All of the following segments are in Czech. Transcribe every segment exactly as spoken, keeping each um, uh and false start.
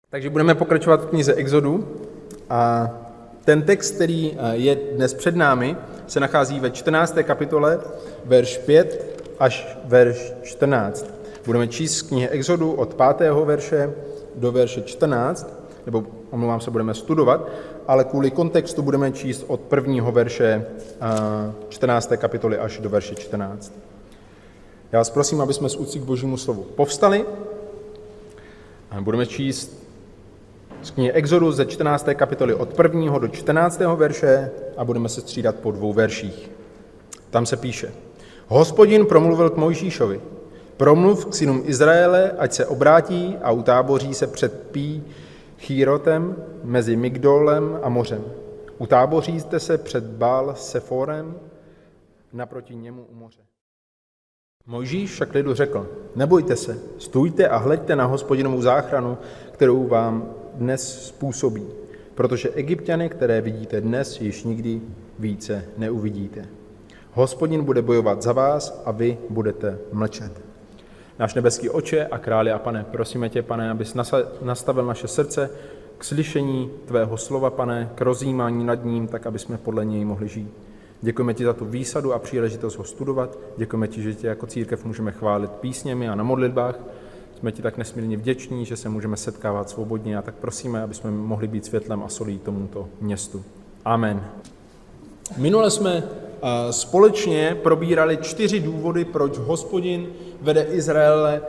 Takže budeme pokračovat v knize Exodu a ten text, který je dnes před námi, se nachází ve čtrnácté kapitole, verš pět až verš čtrnáct. Budeme číst z knihy Exodu od pátého verše do verše čtrnáct, nebo omlouvám se, budeme studovat, ale kvůli kontextu budeme číst od prvního verše čtrnácté kapitoly až do verše čtrnáct. Já vás prosím, aby jsme s úcty k Božímu slovu povstali. Budeme číst z knihy Exodu ze čtrnácté kapitoly od prvního do čtrnáctého verše a budeme se střídat po dvou verších. Tam se píše: Hospodin promluvil k Mojžíšovi: Promluv k synům Izraele, ať se obrátí a utáboří se před Pí Chírotem mezi Migdolem a mořem. Utáboříte se před Bál Seforem naproti němu u moře. Mojžíš však lidu řekl: Nebojte se, stůjte a hleďte na Hospodinovou záchranu, kterou vám dnes způsobí, protože Egypťany, které vidíte dnes, již nikdy více neuvidíte. Hospodin bude bojovat za vás a vy budete mlčet. Náš nebeský Otče a králi a Pane, prosíme tě, Pane, abys nastavil naše srdce k slyšení tvého slova, Pane, k rozjímání nad ním, tak aby jsme podle něj mohli žít. Děkujeme ti za tu výsadu a příležitost ho studovat. Děkujeme ti, že tě jako církev můžeme chválit písněmi a na modlitbách. Jsme ti tak nesmírně vděční, že se můžeme setkávat svobodně a tak prosíme, aby jsme mohli být světlem a solí tomuto městu. Amen. Minule jsme společně probírali čtyři důvody, proč Hospodin vede Izraele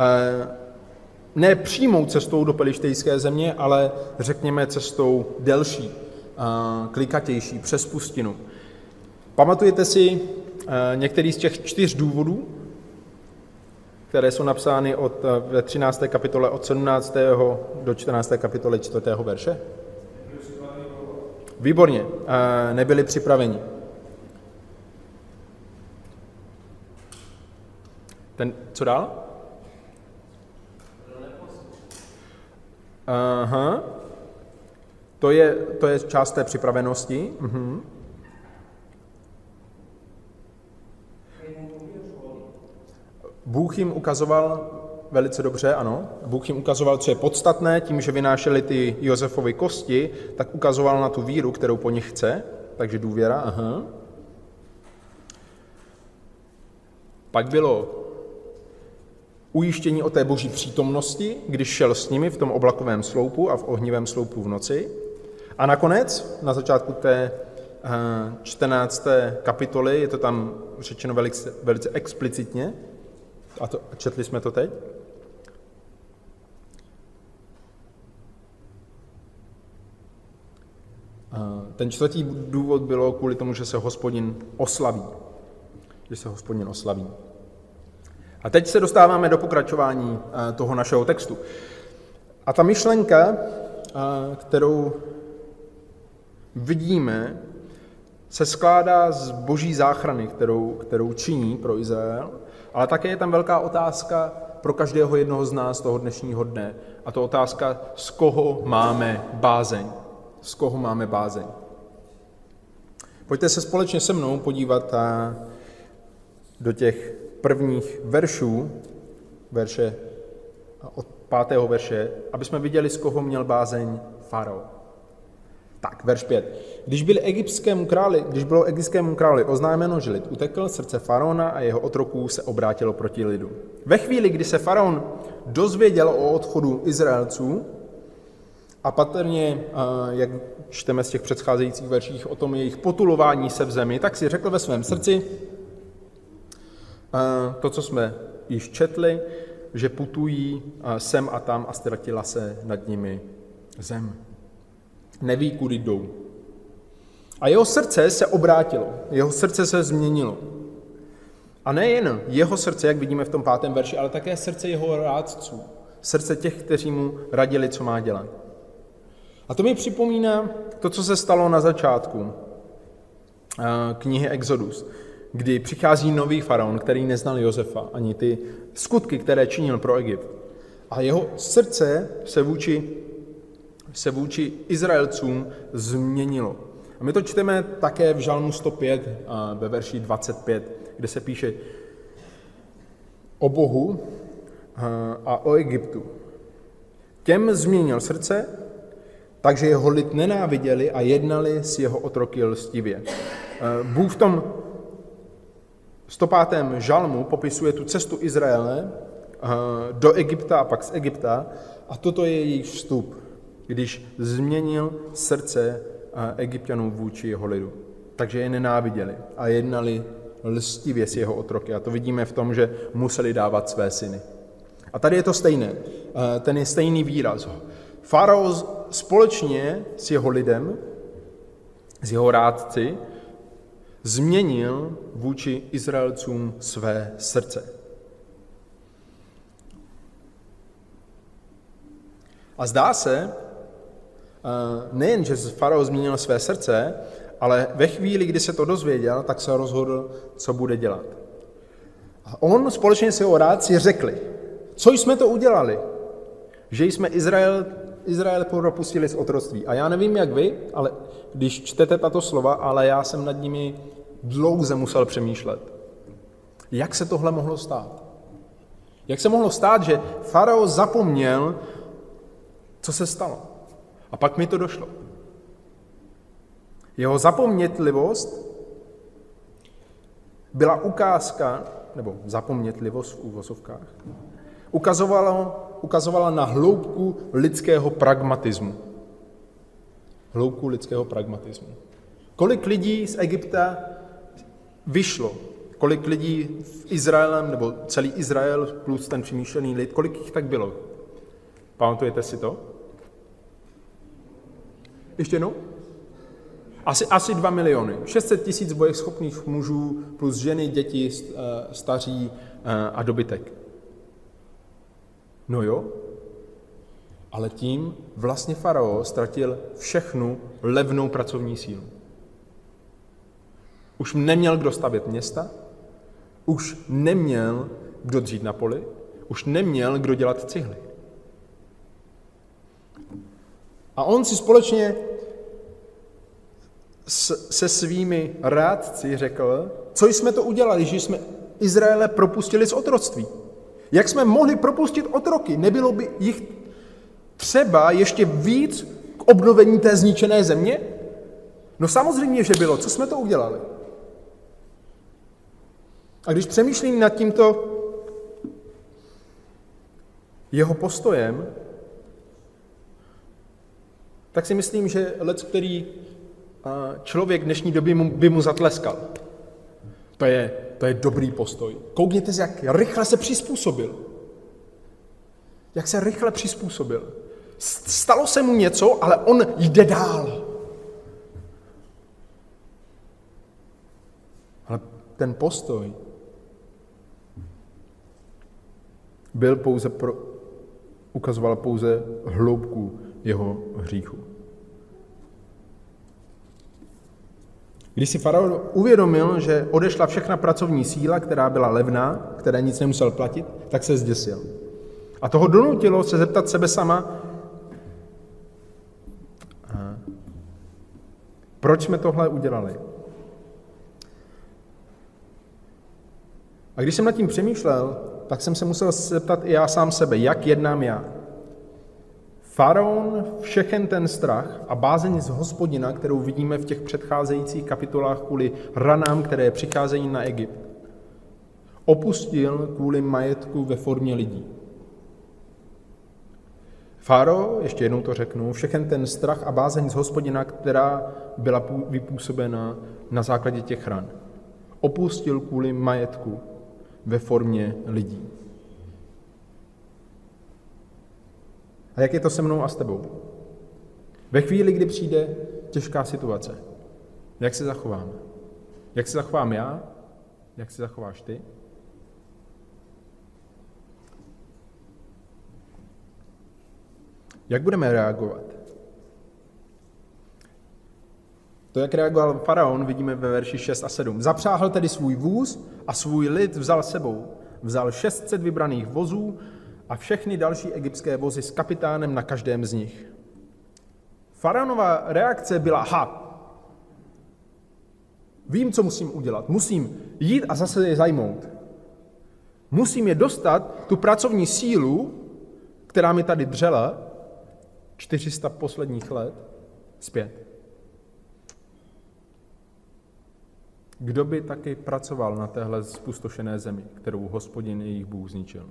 ne přímou cestou do pelištejské země, ale řekněme cestou delší, klikatější, přes pustinu. Pamatujete si některý z těch čtyř důvodů, které jsou napsány od, ve třinácté kapitole od sedmnáctého do čtrnácté kapitoly čtvrtého verše? Výborně, nebyli připraveni. Ten, co dál? Aha. To je, to je část té připravenosti. Mhm. Bůh jim ukazoval velice dobře, ano. Bůh jim ukazoval, co je podstatné, tím, že vynášeli ty Josefovy kosti, tak ukazoval na tu víru, kterou po nich chce, takže důvěra, aha. Pak bylo ujištění o té boží přítomnosti, když šel s nimi v tom oblakovém sloupu a v ohnivém sloupu v noci. A nakonec, na začátku té čtrnácté kapitoly, je to tam řečeno velice, velice explicitně, a to, četli jsme to teď. Ten čtvrtý důvod bylo kvůli tomu, že se Hospodin oslaví. Že se Hospodin oslaví. A teď se dostáváme do pokračování toho našeho textu. A ta myšlenka, kterou vidíme, se skládá z boží záchrany, kterou, kterou činí pro Izrael, ale také je tam velká otázka pro každého jednoho z nás toho dnešního dne. A to otázka, z koho máme bázeň. Z koho máme bázeň. Pojďte se společně se mnou podívat do těch prvních veršů, verše, od pátého verše, aby jsme viděli, z koho měl bázeň faraon. Tak, verš pět. Když, byl egyptskému králi, když bylo egyptskému králi oznámeno, že lid utekl, srdce faraona a jeho otroků se obrátilo proti lidu. Ve chvíli, kdy se faraon dozvěděl o odchodu Izraelců a patrně, jak čteme z těch předcházejících verších o tom jejich potulování se v zemi, tak si řekl ve svém srdci to, co jsme již četli, že putují sem a tam a ztratila se nad nimi zem. Neví, kudy jdou. A jeho srdce se obrátilo, jeho srdce se změnilo. A nejen jeho srdce, jak vidíme v tom pátém verši, ale také srdce jeho rádců, srdce těch, kteří mu radili, co má dělat. A to mi připomíná to, co se stalo na začátku knihy Exodus, kdy přichází nový faraon, který neznal Josefa, ani ty skutky, které činil pro Egypt. A jeho srdce se vůči se vůči Izraelcům změnilo. A my to čteme také v Žalmu sto pět ve verši dvacet pět, kde se píše o Bohu a o Egyptu. Těm změnil srdce, takže jeho lid nenáviděli a jednali s jeho otroky lstivě. Bůh v tom sto pátém žalmu popisuje tu cestu Izraele do Egypta a pak z Egypta a toto je jejich vstup, když změnil srdce Egypťanů vůči jeho lidu. Takže je nenáviděli a jednali lstivě s jeho otroky. A to vidíme v tom, že museli dávat své syny. A tady je to stejné. Ten je stejný výraz. Faraos společně s jeho lidem, s jeho rádci, změnil vůči Izraelcům své srdce. A zdá se, nejen, že faraos změnil své srdce, ale ve chvíli, kdy se to dozvěděl, tak se rozhodl, co bude dělat. A on společně s jeho rádci řekli, co jsme to udělali, že jsme Izrael, Izrael propustili z otroctví. A já nevím, jak vy, ale když čtete tato slova, ale já jsem nad nimi dlouze musel přemýšlet. Jak se tohle mohlo stát? Jak se mohlo stát, že faraos zapomněl, co se stalo? A pak mi to došlo. Jeho zapomnětlivost byla ukázka, nebo zapomnětlivost v úvozovkách, ukazovala, ukazovala na hloubku lidského pragmatismu. Hloubku lidského pragmatismu. Kolik lidí z Egypta vyšlo? Kolik lidí v Izraelem, nebo celý Izrael plus ten přemýšlený lid, kolik jich tak bylo? Pamatujete si to? Ještě jednou? Asi, asi dva miliony. šest set tisíc bojeschopných mužů plus ženy, děti, staří a dobytek. No jo, ale tím vlastně faraos ztratil všechnu levnou pracovní sílu. Už neměl kdo stavět města, už neměl kdo dřít na poli, už neměl kdo dělat cihly. A on si společně se svými rádci řekl, co jsme to udělali, že jsme Izraele propustili z otroctví. Jak jsme mohli propustit otroky? Nebylo by jich třeba ještě víc k obnovení té zničené země? No samozřejmě, že bylo. Co jsme to udělali? A když přemýšlím nad tímto jeho postojem, tak si myslím, že lec, který člověk dnešní doby by mu zatleskal. To je, to je dobrý postoj. Koukněte, jak rychle se přizpůsobil. Jak se rychle přizpůsobil. Stalo se mu něco, ale on jde dál. Ale ten postoj byl pouze pro, ukazoval pouze hloubku jeho hříchu. Když si faraon uvědomil, že odešla všechna pracovní síla, která byla levná, které nic nemusel platit, tak se zděsil. A toho donutilo se zeptat sebe sama, proč jsme tohle udělali. A když jsem nad tím přemýšlel, tak jsem se musel zeptat i já sám sebe, jak jednám já. Faraon všechen ten strach a bázeň z Hospodina, kterou vidíme v těch předcházejících kapitolách kvůli ranám, které přicházejí na Egypt, opustil kvůli majetku ve formě lidí. Fáro, ještě jednou to řeknu, všechen ten strach a bázeň z Hospodina, která byla vypůsobena na základě těch ran, opustil kvůli majetku ve formě lidí. A jak je to se mnou a s tebou? Ve chvíli, kdy přijde těžká situace, jak se zachováme? Jak se zachovám já? Jak se zachováš ty? Jak budeme reagovat? To, jak reagoval faraon, vidíme ve verši šest a sedm. Zapřáhl tedy svůj vůz a svůj lid vzal sebou. Vzal šest set vybraných vozů a všechny další egyptské vozy s kapitánem na každém z nich. Faraonova reakce byla, ha, vím, co musím udělat. Musím jít a zase je zajmout. Musím je dostat, tu pracovní sílu, která mi tady dřela, čtyři sta posledních let zpět. Kdo by taky pracoval na téhle zpustošené zemi, kterou Hospodin jejich Bůh zničil?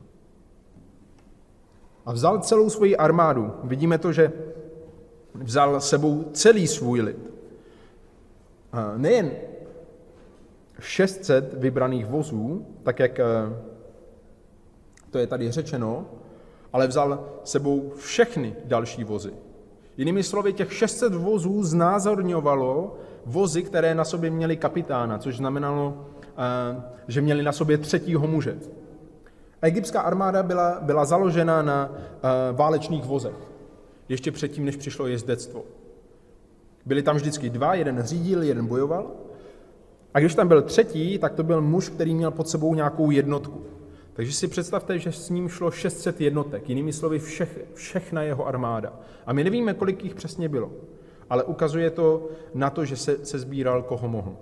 A vzal celou svoji armádu. Vidíme to, že vzal sebou celý svůj lid. A nejen šest set vybraných vozů, tak jak to je tady řečeno, ale vzal sebou všechny další vozy. Jinými slovy, těch šest set vozů znázorňovalo vozy, které na sobě měli kapitána, což znamenalo, že měli na sobě třetího muže. Egyptská armáda byla, byla založena na válečných vozech, ještě předtím, než přišlo jezdectvo. Byli tam vždycky dva, jeden řídil, jeden bojoval. A když tam byl třetí, tak to byl muž, který měl pod sebou nějakou jednotku. Takže si představte, že s ním šlo šest set jednotek, jinými slovy všech, všechna jeho armáda. A my nevíme, kolik jich přesně bylo, ale ukazuje to na to, že se, se sbíral, koho mohl.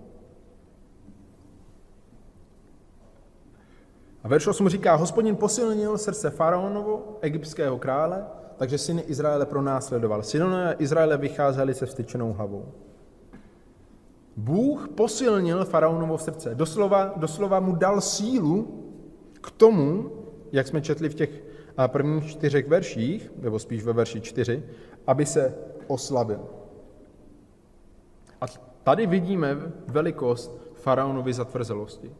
A verš osm říká, Hospodin posilnil srdce faraonovo, egyptského krále, takže syny Izraele pronásledoval. Synové Izraele vycházeli se vztyčenou hlavou. Bůh posilnil faraonovo srdce. Doslova, doslova mu dal sílu k tomu, jak jsme četli v těch prvních čtyřech verších, nebo spíš ve verši čtyři, aby se oslavil. A tady vidíme velikost faraonovy zatvrzelosti.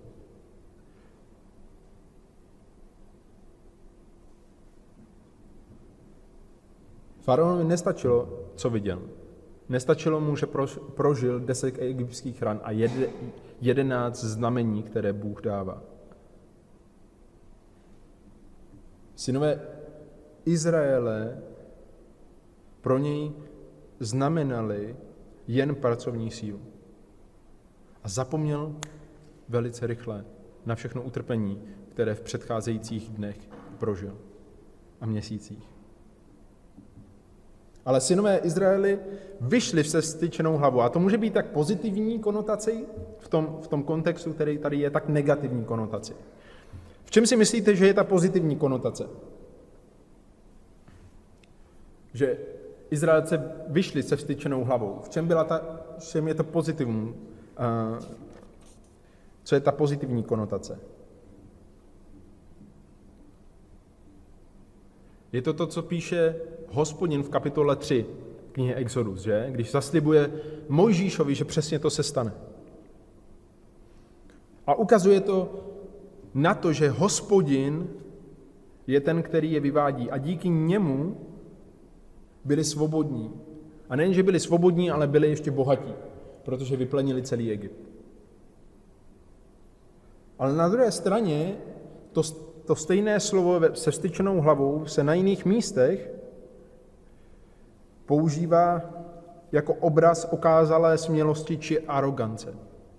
Faraonovi nestačilo, co viděl. Nestačilo mu, že prožil deset egyptských ran a jedenáct znamení, které Bůh dává. Synové Izraele pro něj znamenali jen pracovní sílu. A zapomněl velice rychle na všechno utrpení, které v předcházejících dnech prožil a měsících. Ale synové Izraeli vyšli se vztyčenou hlavou. A to může být tak pozitivní konotací v tom, v tom kontextu, který tady je, tak negativní konotaci. V čem si myslíte, že je ta pozitivní konotace? Že Izraelce vyšli se vztyčenou hlavou. V čem byla ta, v čem je to pozitivní? Co je ta pozitivní konotace? Je to to, co píše Hospodin v kapitole tři knihy Exodus, že? Když zaslibuje Mojžíšovi, že přesně to se stane. A ukazuje to na to, že Hospodin je ten, který je vyvádí a díky němu byli svobodní. A nejen, že byli svobodní, ale byli ještě bohatí, protože vyplenili celý Egypt. Ale na druhé straně to, to stejné slovo se vztyčenou hlavou se na jiných místech používá jako obraz okázalé smělosti či arogance.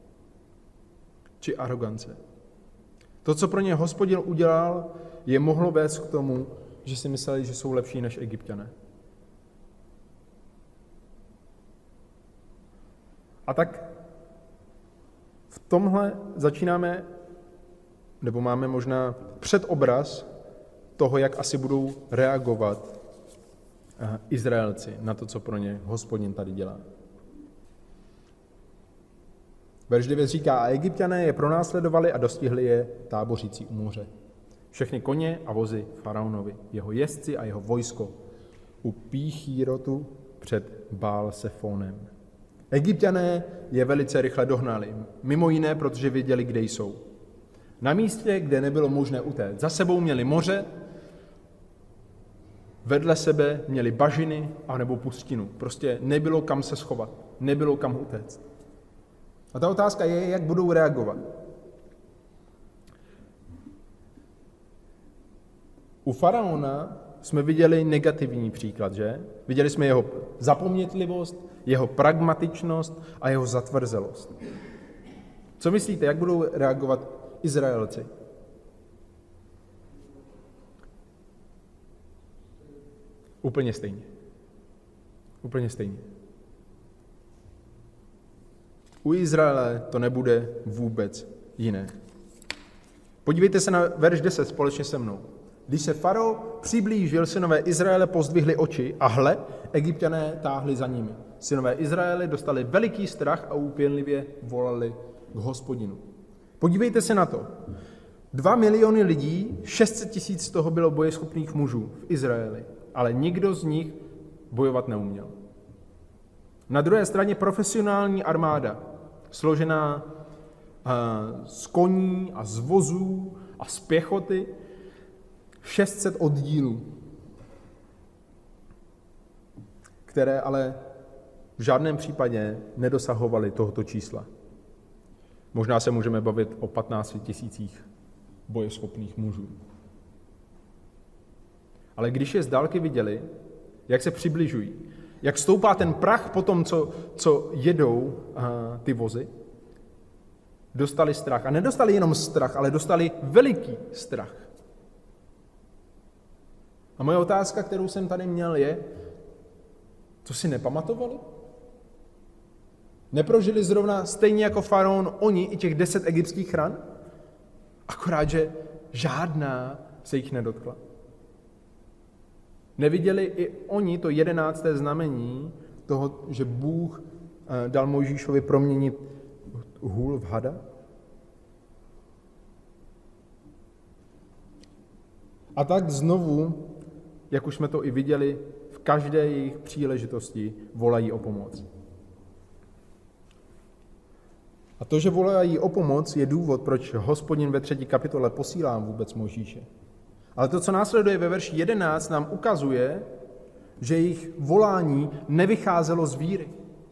Či arogance. To, co pro ně Hospodin udělal, je mohlo vést k tomu, že si mysleli, že jsou lepší než Egypťané. A tak v tomhle začínáme, nebo máme možná předobraz toho, jak asi budou reagovat Izraelci na to, co pro ně Hospodin tady dělá. Verš devět říká, a Egypťané je pronásledovali a dostihli je tábořící u moře. Všechny koně a vozy faraonovi, jeho jezdci a jeho vojsko u Píchírotu před Bál-Sefónem. Egypťané je velice rychle dohnali, mimo jiné, protože věděli, kde jsou. Na místě, kde nebylo možné utéct. Za sebou měli moře, vedle sebe měli bažiny anebo pustinu. Prostě nebylo kam se schovat, nebylo kam utéct. A ta otázka je, jak budou reagovat. U faraona jsme viděli negativní příklad, že? Viděli jsme jeho zapomnětlivost, jeho pragmatičnost a jeho zatvrzelost. Co myslíte, jak budou reagovat Izraelci? Úplně stejně. Úplně stejně. U Izraele to nebude vůbec jiné. Podívejte se na verš deset společně se mnou. Když se farao přiblížil, synové Izraele pozdvihli oči a hle, Egypťané táhli za nimi. Synové Izraele dostali veliký strach a úpěnlivě volali k Hospodinu. Podívejte se na to. Dva miliony lidí, šest set tisíc z toho bylo bojeschopných mužů v Izraeli, ale nikdo z nich bojovat neuměl. Na druhé straně profesionální armáda, složená z koní a z vozů a z pěchoty, šest set oddílů, které ale v žádném případě nedosahovaly tohoto čísla. Možná se můžeme bavit o patnácti tisících bojeschopných mužů. Ale když je z dálky viděli, jak se přibližují, jak stoupá ten prach po tom, co, co jedou a, ty vozy, dostali strach. A nedostali jenom strach, ale dostali veliký strach. A moje otázka, kterou jsem tady měl, je, co si nepamatovali? Neprožili zrovna stejně jako faraon oni i těch deset egyptských ran? Akorát, že žádná se jich nedotkla. Neviděli i oni to jedenácté znamení toho, že Bůh dal Mojžíšovi proměnit hůl v hada? A tak znovu, jak už jsme to i viděli, v každé jejich příležitosti volají o pomoc. A to, že volají o pomoc, je důvod, proč Hospodin ve třetí kapitole posílá vůbec Mojžíše. Ale to, co následuje ve verši jedenáct, nám ukazuje, že jejich volání nevycházelo z víry,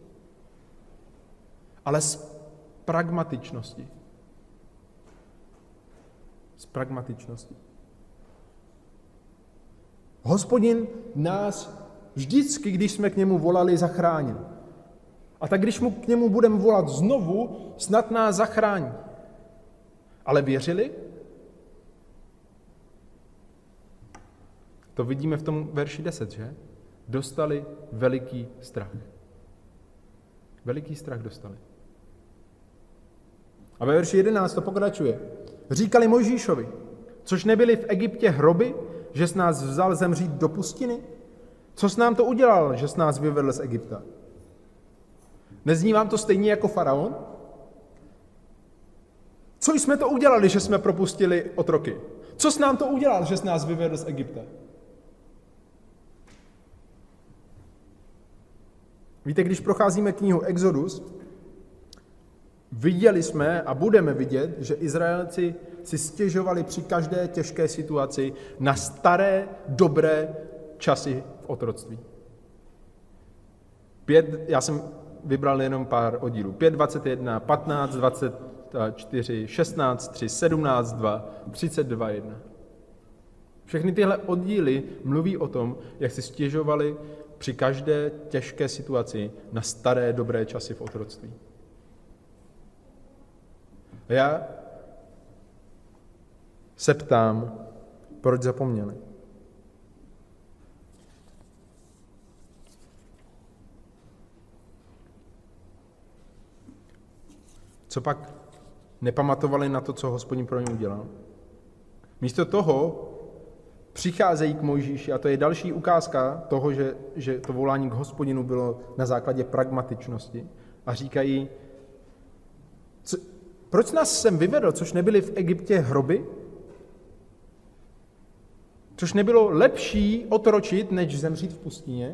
ale z pragmatičnosti. Z pragmatičnosti. Hospodin nás vždycky, když jsme k němu volali, zachránil. A tak když mu k němu budeme volat znovu, snad nás zachrání. Ale věřili? To vidíme v tom verši deset, že? Dostali veliký strach. Veliký strach dostali. A ve verši jedenáct to pokračuje. Říkali Mojžíšovi, což nebyli v Egyptě hroby, že s nás vzal zemřít do pustiny? Co s nám to udělal, že s nás vyvedl z Egypta? Nezní vám to stejně jako faraon? Co jsme to udělali, že jsme propustili otroky? Co s nám to udělal, že s nás vyvedl z Egypta? Víte, když procházíme knihu Exodus, viděli jsme a budeme vidět, že Izraelci si stěžovali při každé těžké situaci na staré, dobré časy v otroctví. Pět, já jsem vybral jenom pár oddílů. pět, dvacet jedna, patnáct, dvacet čtyři, šestnáct, tři, sedmnáct, dva, třicet dva, jedna. Všechny tyhle oddíly mluví o tom, jak si stěžovali při každé těžké situaci na staré, dobré časy v otroctví. A já se ptám, proč zapomněli. Co pak nepamatovali na to, co Hospodin pro ně udělal? Místo toho přicházejí k Mojžíši, a to je další ukázka toho, že, že to volání k Hospodinu bylo na základě pragmatičnosti. A říkají, co, proč nás sem vyvedl, což nebyly v Egyptě hroby? Což nebylo lepší otročit, než zemřít v pustině?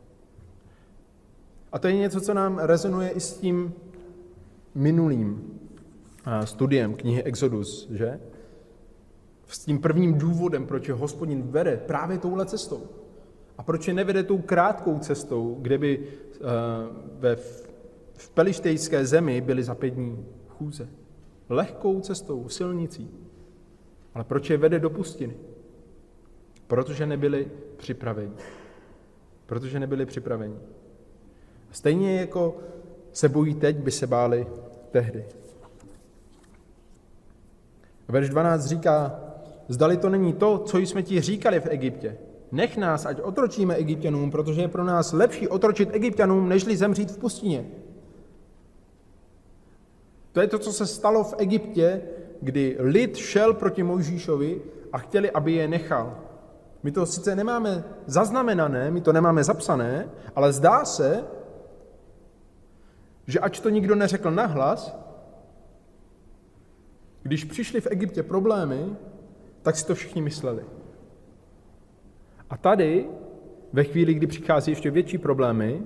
A to je něco, co nám rezonuje i s tím minulým studiem knihy Exodus, že? S tím prvním důvodem, proč je Hospodin vede právě touhle cestou. A proč je nevede tou krátkou cestou, kde by uh, ve, v pelištejské zemi byly za pět dní chůze. Lehkou cestou, silnicí. Ale proč je vede do pustiny? Protože nebyli připraveni. Protože nebyli připraveni. Stejně jako se bojí teď, by se báli tehdy. Verš dvanáct říká, zdali to není to, co jsme ti říkali v Egyptě. Nech nás, ať otročíme Egypťanům, protože je pro nás lepší otročit Egypťanům, nežli zemřít v pustině. To je to, co se stalo v Egyptě kdy lid šel proti Mojžíšovi a chtěli, aby je nechal. My to sice nemáme zaznamenané, my to nemáme zapsané, ale zdá se, že ač to nikdo neřekl nahlas, když přišli v Egyptě problémy, tak si to všichni mysleli. A tady, ve chvíli, kdy přichází ještě větší problémy,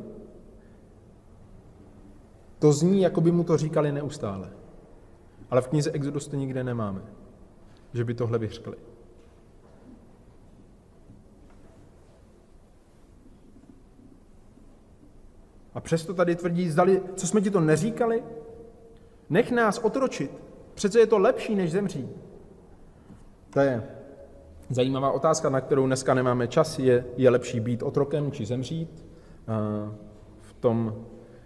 to zní, jako by mu to říkali neustále. Ale v knize Exodus to nikde nemáme, že by tohle vyřkli. A přesto tady tvrdí, zdali, co jsme ti to neříkali? Nech nás otročit. Přece je to lepší, než zemřít. To je zajímavá otázka, na kterou dneska nemáme čas. Je, je lepší být otrokem, či zemřít? V tom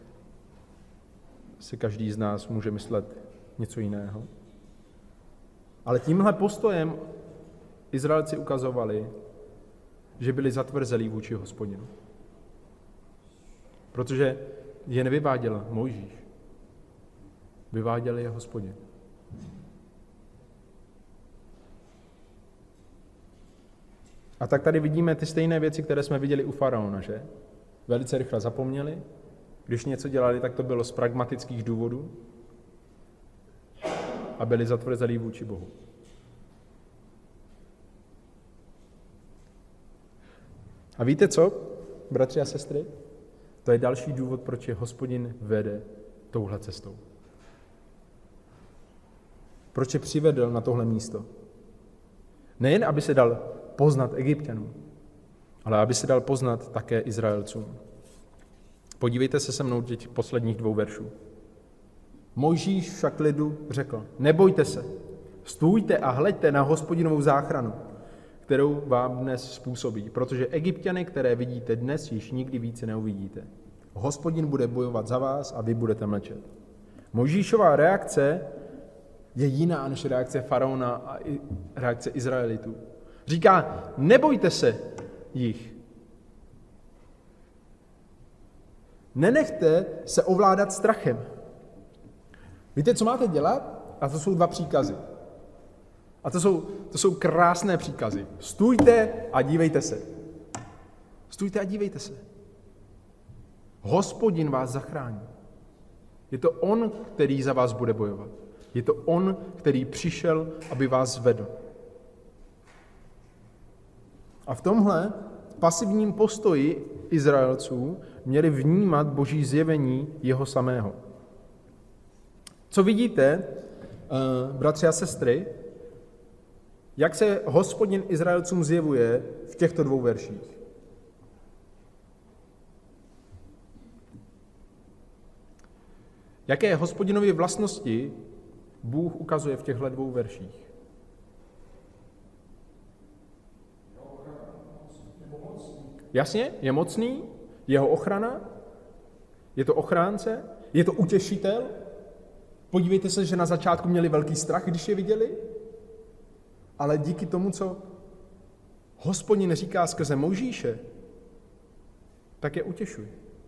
si každý z nás může myslet něco jiného. Ale tímhle postojem Izraelci ukazovali, že byli zatvrzelí vůči Hospodinu. Protože je nevyváděl Mojžíš. Vyváděl je Hospodin. A tak tady vidíme ty stejné věci, které jsme viděli u faraona, že? Velice rychle zapomněli. Když něco dělali, tak to bylo z pragmatických důvodů a byli zatvrzelí vůči Bohu. A víte co, bratři a sestry? To je další důvod, proč je Hospodin vede touhle cestou. Proč je přivedl na tohle místo? Nejen, aby se dal poznat Egypťanům, ale aby se dal poznat také Izraelcům. Podívejte se se mnou těch posledních dvou veršů. Mojžíš však lidu řekl, nebojte se, stůjte a hleďte na Hospodinovou záchranu, kterou vám dnes způsobí, protože Egypťany, které vidíte dnes, již nikdy více neuvidíte. Hospodin bude bojovat za vás a vy budete mlčet. Mojžíšová reakce je jiná než reakce faraona a reakce Izraelitů. Říká, nebojte se jich. Nenechte se ovládat strachem. Víte, co máte dělat? A to jsou dva příkazy. A to jsou, to jsou krásné příkazy. Stůjte a dívejte se. Stůjte a dívejte se. Hospodin vás zachrání. Je to on, který za vás bude bojovat. Je to on, který přišel, aby vás vedl. A v tomhle pasivním postoji Izraelců měli vnímat boží zjevení jeho samého. Co vidíte, bratři a sestry, jak se Hospodin Izraelcům zjevuje v těchto dvou verších? Jaké Hospodinovy vlastnosti Bůh ukazuje v těchto dvou verších? Jasně, je mocný, jeho ochrana, je to ochránce, je to utěšitel. Podívejte se, že na začátku měli velký strach, když je viděli, ale díky tomu, co Hospodin říká skrze Mojžíše, tak je utěšuje.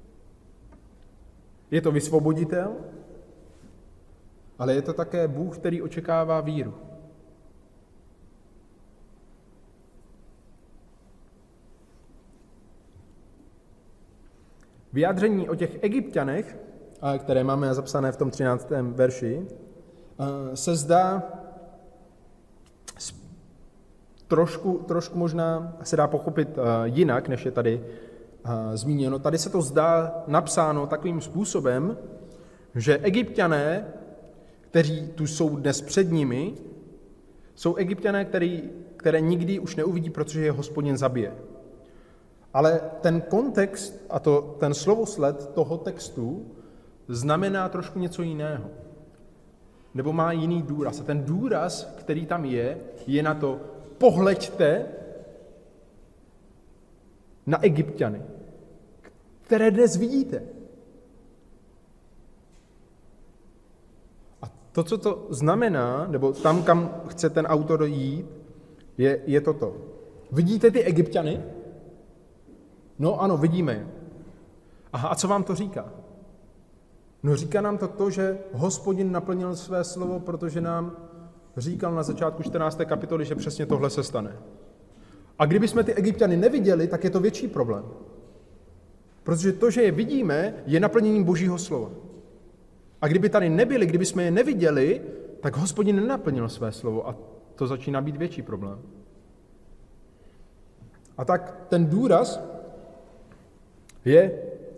Je to vysvoboditel, ale je to také Bůh, který očekává víru. Vyjádření o těch Egypťanech, které máme zapsané v tom třináctém verši, se zdá trošku, trošku možná se dá pochopit jinak, než je tady zmíněno. Tady se to zdá napsáno takovým způsobem, že Egypťané, kteří tu jsou dnes před nimi, jsou Egypťané, který, které nikdy už neuvidí, protože je Hospodin zabije. Ale ten kontext a to, ten slovosled toho textu znamená trošku něco jiného. Nebo má jiný důraz. A ten důraz, který tam je, je na to, pohleďte na Egypťany, které dnes vidíte. A to, co to znamená, nebo tam, kam chce ten autor jít, je, je toto. Vidíte ty Egypťany? No ano, vidíme je. Aha, a co vám to říká? No říká nám to to, že Hospodin naplnil své slovo, protože nám říkal na začátku čtrnácté kapitoly, že přesně tohle se stane. A kdybychom ty Egypťany neviděli, tak je to větší problém. Protože to, že je vidíme, je naplněním Božího slova. A kdyby tady nebyli, kdyby jsme je neviděli, tak Hospodin nenaplnil své slovo a to začíná být větší problém. A tak ten důraz je,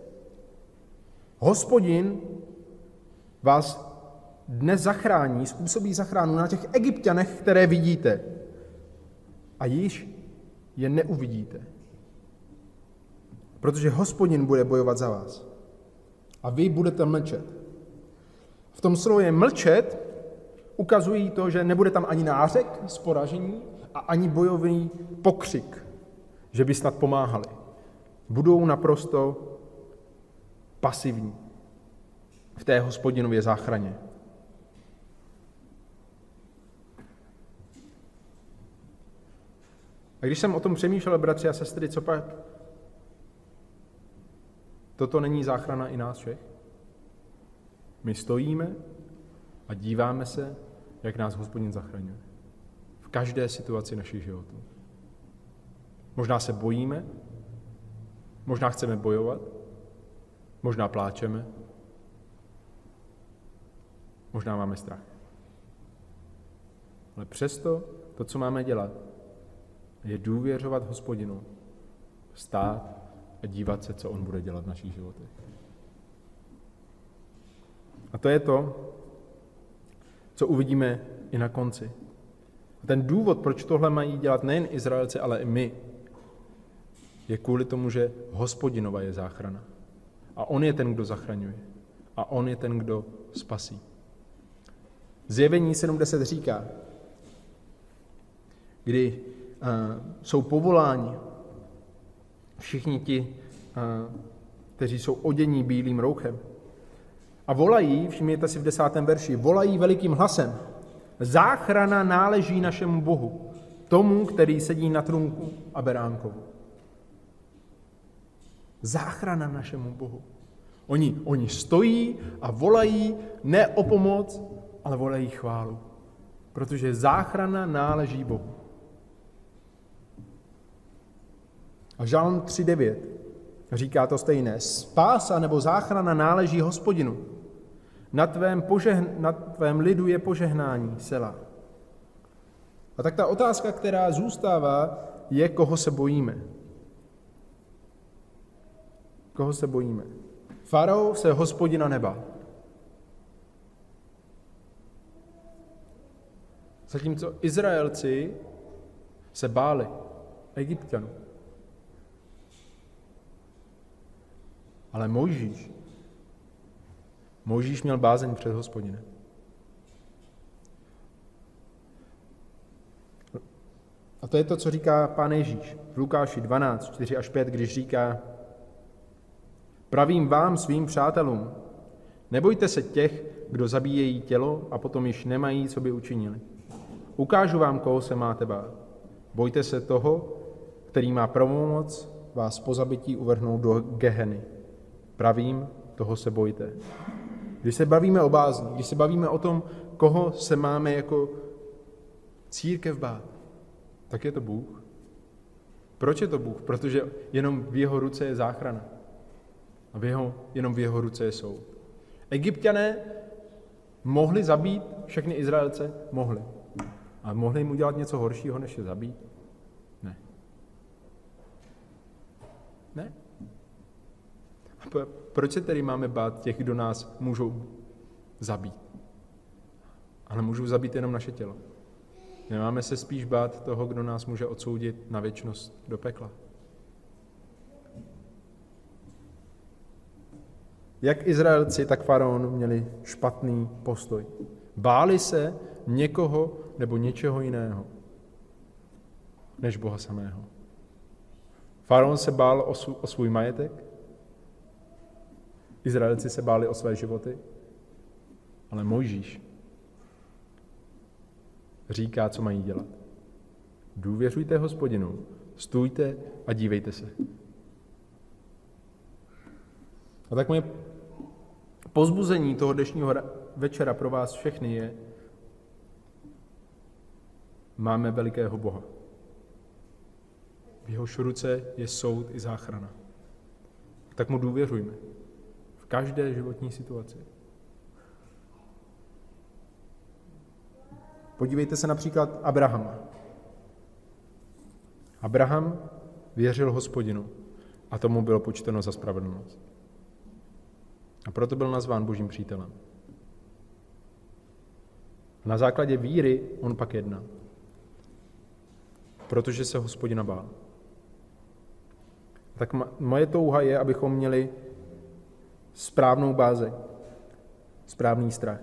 Hospodin vás dnes zachrání, způsobí zachránu na těch Egypťanech, které vidíte. A již je neuvidíte. Protože Hospodin bude bojovat za vás. A vy budete mlčet. V tom slově mlčet ukazují to, že nebude tam ani nářek z poražení a ani bojový pokřik, že by snad pomáhali. Budou naprosto pasivní v té Hospodinově záchraně. A když jsem o tom přemýšlel, bratři a sestry, co pak? Toto není záchrana i nás všech? My stojíme a díváme se, jak nás Hospodin zachraňuje. V každé situaci našich životů. Možná se bojíme, možná chceme bojovat, možná pláčeme, možná máme strach. Ale přesto to, co máme dělat, je důvěřovat Hospodinu, stát a dívat se, co on bude dělat v našich životech. A to je to, co uvidíme i na konci. A ten důvod, proč tohle mají dělat nejen Izraelci, ale i my, je kvůli tomu, že Hospodinova je záchrana. A on je ten, kdo zachraňuje. A on je ten, kdo spasí. Zjevení sedm deset říká, kdy uh, jsou povoláni všichni ti, uh, kteří jsou odění bílým rouchem. A volají, všimněte si v desátém verši, volají velikým hlasem. Záchrana náleží našemu Bohu, tomu, který sedí na trůnku a beránkovu. Záchrana našemu Bohu. Oni, oni stojí a volají ne o pomoc, ale volají chválu. Protože záchrana náleží Bohu. A Žalm tři devět říká to stejné. Spása nebo záchrana náleží Hospodinu. Na tvém, požehn- na tvém lidu je požehnání, Sela. A tak ta otázka, která zůstává, je, koho se bojíme. Koho se bojíme? Farao se Hospodina nebál. Zatímco Izraelci se báli Egypťanů. Ale Mojžíš, Mojžíš měl bázeň před Hospodinem. A to je to, co říká Pán Ježíš v Lukáši dvanáct, čtyři až pět, když říká: Pravím vám, svým přátelům, nebojte se těch, kdo zabíjejí tělo a potom již nemají, co by učinili. Ukážu vám, koho se máte bát. Bojte se toho, který má pravomoc vás po zabití uvrhnout do Geheny. Pravím, toho se bojte. Když se bavíme o bázni, když se bavíme o tom, koho se máme jako církev bát, tak je to Bůh. Proč je to Bůh? Protože jenom v jeho ruce je záchrana. A v jeho, jenom v jeho ruce je soud. Egypťané mohli zabít všechny Izraelce? Mohli. A mohli jim udělat něco horšího, než je zabít? Ne. Ne. A proč se tedy máme bát těch, kdo nás můžou zabít? Ale můžou zabít jenom naše tělo. Nemáme se spíš bát toho, kdo nás může odsoudit na věčnost do pekla. Jak Izraelci, tak faraon měli špatný postoj. Báli se někoho nebo něčeho jiného, než Boha samého. Faraon se bál o, svů, o svůj majetek, Izraelci se báli o své životy, ale Mojžíš říká, co mají dělat. Důvěřujte Hospodinu, stůjte a dívejte se. A tak moje pozbuzení toho dnešního večera pro vás všechny je: máme velikého Boha. V jehož ruce je soud i záchrana. Tak mu důvěřujme v každé životní situaci. Podívejte se například Abrahama. Abraham věřil Hospodinu a tomu bylo počteno za spravedlnost. A proto byl nazván Božím přítelem. Na základě víry on pak jednal, protože se Hospodina bál. Tak moje touha je, abychom měli správnou bázi, správný strach.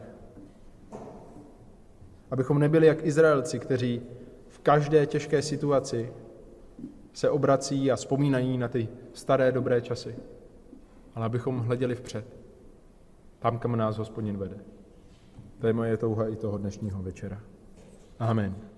Abychom nebyli jak Izraelci, kteří v každé těžké situaci se obrací a vzpomínají na ty staré dobré časy, ale abychom hleděli vpřed, tam, kam nás Hospodin vede. To je moje touha i toho dnešního večera. Amen.